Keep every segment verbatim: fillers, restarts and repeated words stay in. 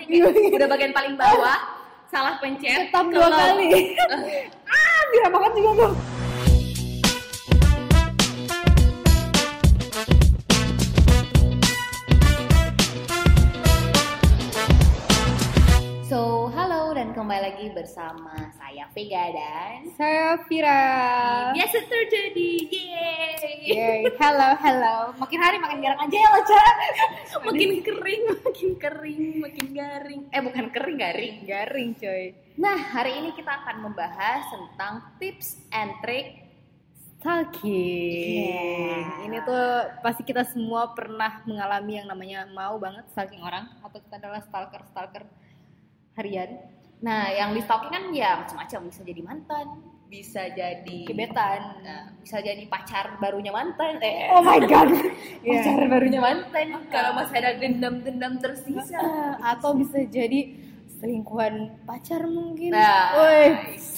kayak udah bagian paling bawah, salah pencet, tetap dua kali. Ah, biar banget juga tuh. So, halo dan kembali lagi bersama saya Vega dan Saya Vira. biasa terjadi. Yeay. Yeay, hello, hello. Makin hari makin garang aja ya lo, Ca. Makin kering, makin kering, makin garing. Eh, bukan kering, garing. Garing, coy. Nah, hari ini kita akan membahas tentang tips and trick Stalking. Yeah. Ini tuh pasti kita semua pernah mengalami yang namanya mau banget stalking orang, atau kita adalah stalker-stalker harian. Nah, yang di stalking kan ya macam-macam, bisa jadi mantan, bisa jadi Gebetan. nah, bisa jadi pacar barunya mantan. Eh, Oh my god. pacar Yeah. barunya mantan. Kalau masih ada dendam-dendam tersisa. Ah, atau bisa jadi selingkuhan pacar mungkin. Nah, Woi.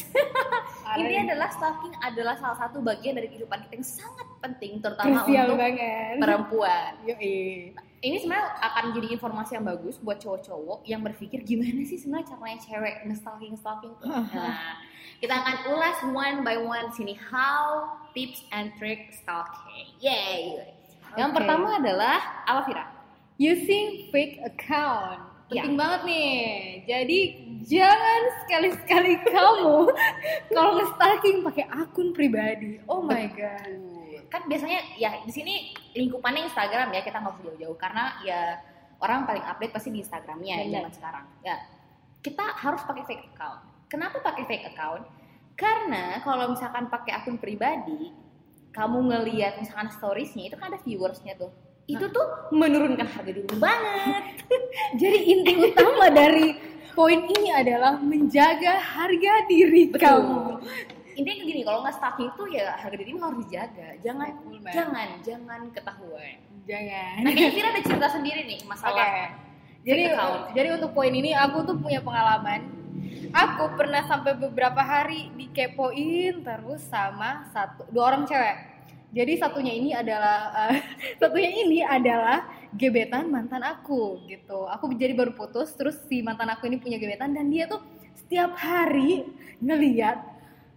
ini adalah stalking adalah salah satu bagian dari kehidupan kita yang sangat penting, terutama Krusial untuk banget. perempuan. Yoi. Ini sebenarnya akan jadi informasi yang bagus buat cowok-cowok yang berpikir gimana sih sebenarnya caranya cewek nge-stalking stalking tuh. Nah, kita akan ulas one by one sini how tips and trick stalking. Yay. Yang Okay. pertama adalah apa, Vira? Using fake account. Penting Ya. banget nih. Jadi jangan sekali-sekali kamu kalau nge-stalking pakai akun pribadi. Oh my god. Kan biasanya ya di sini lingkupannya Instagram ya, kita nggak usah jauh-jauh karena ya orang paling update pasti di Instagramnya Benar. zaman sekarang. Ya kita harus pakai fake account. Kenapa pakai fake account? Karena kalau misalkan pakai akun pribadi, kamu ngelihat misalkan storiesnya itu kan ada viewersnya tuh. Itu tuh menurunkan harga diri banget. Jadi inti utama dari poin ini adalah menjaga harga diri Betul. kamu. Intinya gini, kalau nggak stalking itu ya harga diri harus dijaga. Jangan, Betul, Mbak. jangan, jangan ketahuan. Jangan. Nah, kira-kira ada cerita sendiri nih masalah. Oke. Jadi fake account. jadi untuk poin ini aku tuh punya pengalaman. Aku pernah sampai beberapa hari dikepoin terus sama satu dua orang cewek. Jadi satunya ini adalah uh, satunya ini adalah gebetan mantan aku gitu. Aku jadi baru putus, terus si mantan aku ini punya gebetan dan dia tuh setiap hari ngeliat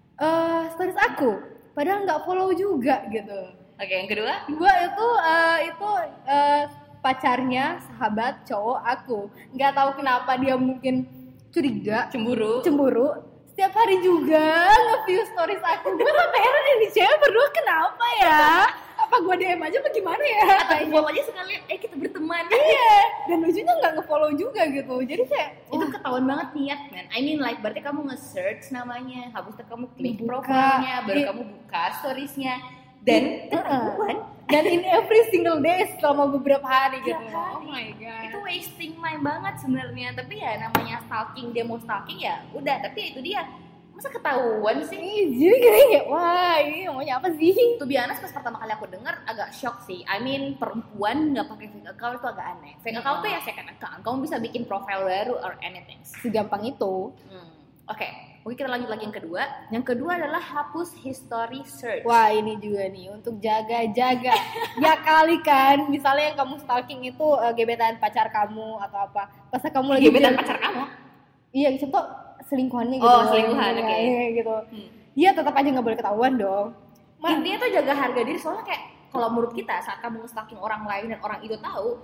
uh, stories aku, padahal nggak follow juga gitu. Oke, yang kedua? Gua itu uh, itu uh, pacarnya sahabat cowok aku. Nggak tahu kenapa dia mungkin curiga, Cemburu. cemburu. Setiap hari juga nge-view stories aku. Gue sampai heran ini cewek berdua kenapa ya? Apa gue D M aja apa gimana ya? Atau follow aja sekalian, eh kita berteman. Iya. Dan lucunya nggak nge-follow juga gitu. Jadi kayak Itu wah, ketahuan banget niat, man. I mean like berarti kamu nge-search namanya, habis itu kamu klik Buka. profilnya, baru Iya. kamu buka storiesnya, dan ketahuan. dan in every single day selama beberapa hari gitu. Tiap hari. Oh my god. Itu wasting my banget sebenarnya. Tapi ya namanya stalking, dia mau stalking ya udah. Tapi itu dia, masa ketahuan sih? Ih, jadi kayak wah ini namanya apa sih? To be honest, pas pertama kali aku dengar agak shock sih. I mean perempuan nggak pakai fake account itu agak aneh. Fake account tuh ya second account. Kamu bisa bikin profile baru or anything. Segampang itu. Hmm. Oke, mungkin kita lanjut lagi yang kedua. Yang kedua adalah hapus history search. Wah ini juga nih untuk jaga-jaga. Ya kali kan, misalnya yang kamu stalking itu uh, gebetan pacar kamu atau apa. Pas kamu lagi Gebetan jalan- pacar kamu? Iya, contoh selingkuhannya gitu. Oh, selingkuhan, Iya, oke. iya, gitu. Hmm. Iya tetap aja nggak boleh ketahuan dong. Ma- Intinya tuh jaga harga diri, soalnya kayak kalau menurut kita saat kamu stalking orang lain dan orang itu tahu,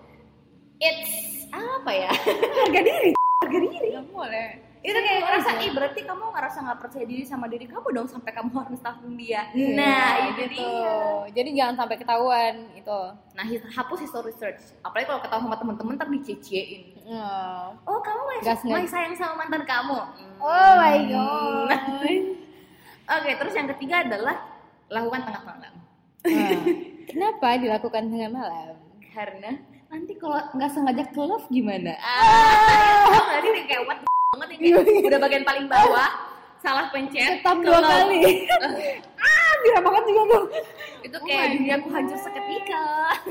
it's apa ya? harga diri. harga diri. Nggak boleh. Itu kayak Sama ngerasa, aja. ih berarti kamu ngerasa nggak percaya diri sama diri kamu dong sampai kamu harus stalking dia. Iya, Nah, itu gitu. dia. Jadi jangan sampai ketahuan itu. Nah, his- hapus history search. Apalagi kalau ketahuan sama temen-temen ntar dicecein. Oh, Oh, kamu masih, Gas nggak? masih sayang sama mantan kamu. Hmm. oh my god. Oke, terus yang ketiga adalah lakukan tengah malam. Nah, kenapa dilakukan tengah malam? Karena nanti kalau nggak sengaja ke love gimana? Ah, tau nggak sih nih, kayak what the banget nih, kayak udah bagian paling bawah, salah pencet, Tetap ke dua love. kali. Ah, biar banget juga tuh. Itu Oh kayak my dunia aku God. hancur seketika.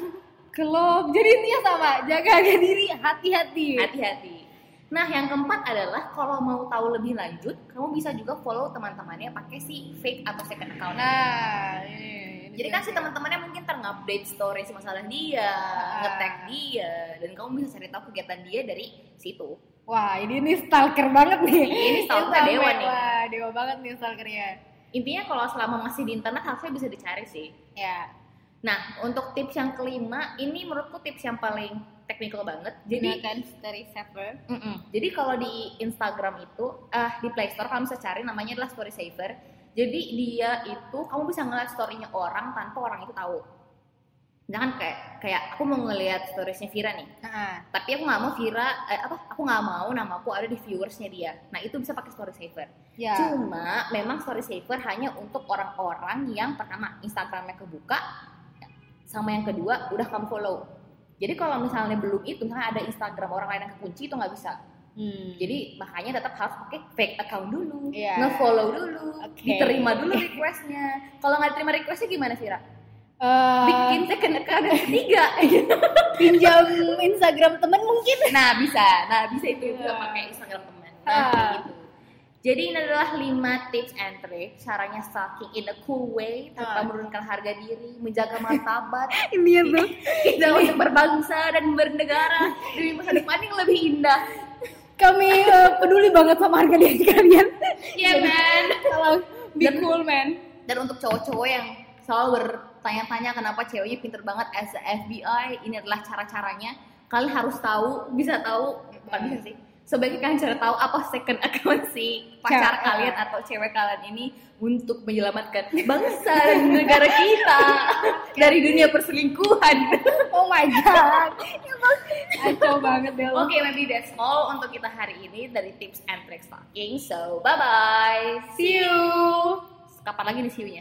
Kelop. Jadi intinya sama, jaga harga diri, hati-hati. Hati-hati. Nah, yang keempat adalah kalau mau tahu lebih lanjut, kamu bisa juga follow teman-temannya pakai si fake atau second account. Nah, ini, ini Jadi kan si teman-temannya mungkin ter-update story masalah dia, Ah. nge-tag dia, dan kamu bisa cari tahu kegiatan dia dari situ. Wah, ini nih stalker banget nih. Ini stalker Sampai- dewa nih. Wah, dewa banget nih stalkernya. Intinya kalau selama masih di internet harusnya bisa dicari sih. Ya. Nah, untuk tips yang kelima, ini menurutku tips yang paling teknikal banget. Jadi, Gunakan story saver. mm-mm. jadi kalau di Instagram itu, eh di Play Store kamu bisa cari namanya adalah Story Saver. Jadi dia itu kamu bisa ngeliat story-nya orang tanpa orang itu tahu. Jangan kayak kayak aku mau ngeliat storiesnya Vira nih, Nah, tapi aku nggak mau Vira, eh, apa? Aku nggak mau namaku ada di viewersnya dia. Nah itu bisa pakai Story Saver. ya. Cuma memang Story Saver hanya untuk orang-orang yang pertama Instagramnya kebuka, sama yang kedua udah kamu follow. Jadi kalau misalnya belum itu, misalnya ada Instagram orang lain yang kekunci itu nggak bisa. Hmm. Jadi makanya tetap harus pakai fake account dulu, Iya. nge-follow dulu, Oke. diterima dulu requestnya. Kalau nggak diterima requestnya gimana Vira? Eh, Bikin second account yang ketiga. pinjam Instagram temen mungkin. Nah bisa, nah bisa itu juga Iya. pakai Instagram teman. Nah Ah. kayak gitu. Jadi ini adalah lima tips and tricks caranya stalking in a cool way tanpa Ah. menurunkan harga diri, menjaga martabat Ini ya tuh. kita untuk berbangsa dan bernegara demi masa depan yang lebih indah. Kami eh, peduli banget sama harga diri kalian. Iya man. Tolong be Dan- cool man. Dan untuk cowok-cowok yang selalu bertanya-tanya kenapa ceweknya pinter banget as a F B I, ini adalah cara-caranya. Kalian harus tahu, bisa tahu, bukan bisa sih. Sebaiknya kalian cara tahu apa second account si pacar Cewek. kalian atau cewek kalian ini untuk menyelamatkan bangsa dan negara kita dari dunia perselingkuhan. Oh my god. Kacau banget deh lo. Oke, maybe that's all untuk kita hari ini dari tips and tricks stalking. So, bye-bye. See you. Kapan lagi nih see you-nya?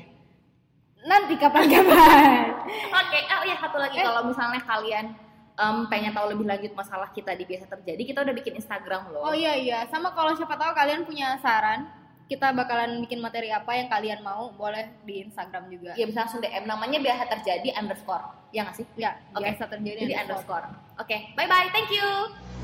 Nanti kapan-kapan. Oke, oh iya satu lagi Eh. kalau misalnya kalian em, pengen tahu lebih lanjut masalah kita di biasa terjadi, kita udah bikin Instagram loh. Oh iya iya, sama kalau siapa tahu kalian punya saran, kita bakalan bikin materi apa yang kalian mau, boleh di Instagram juga. Iya bisa langsung D M, namanya biasa terjadi underscore. Ya nggak sih? Ya, Oke. biasa terjadi Jadi underscore. underscore. Oke, bye bye, thank you.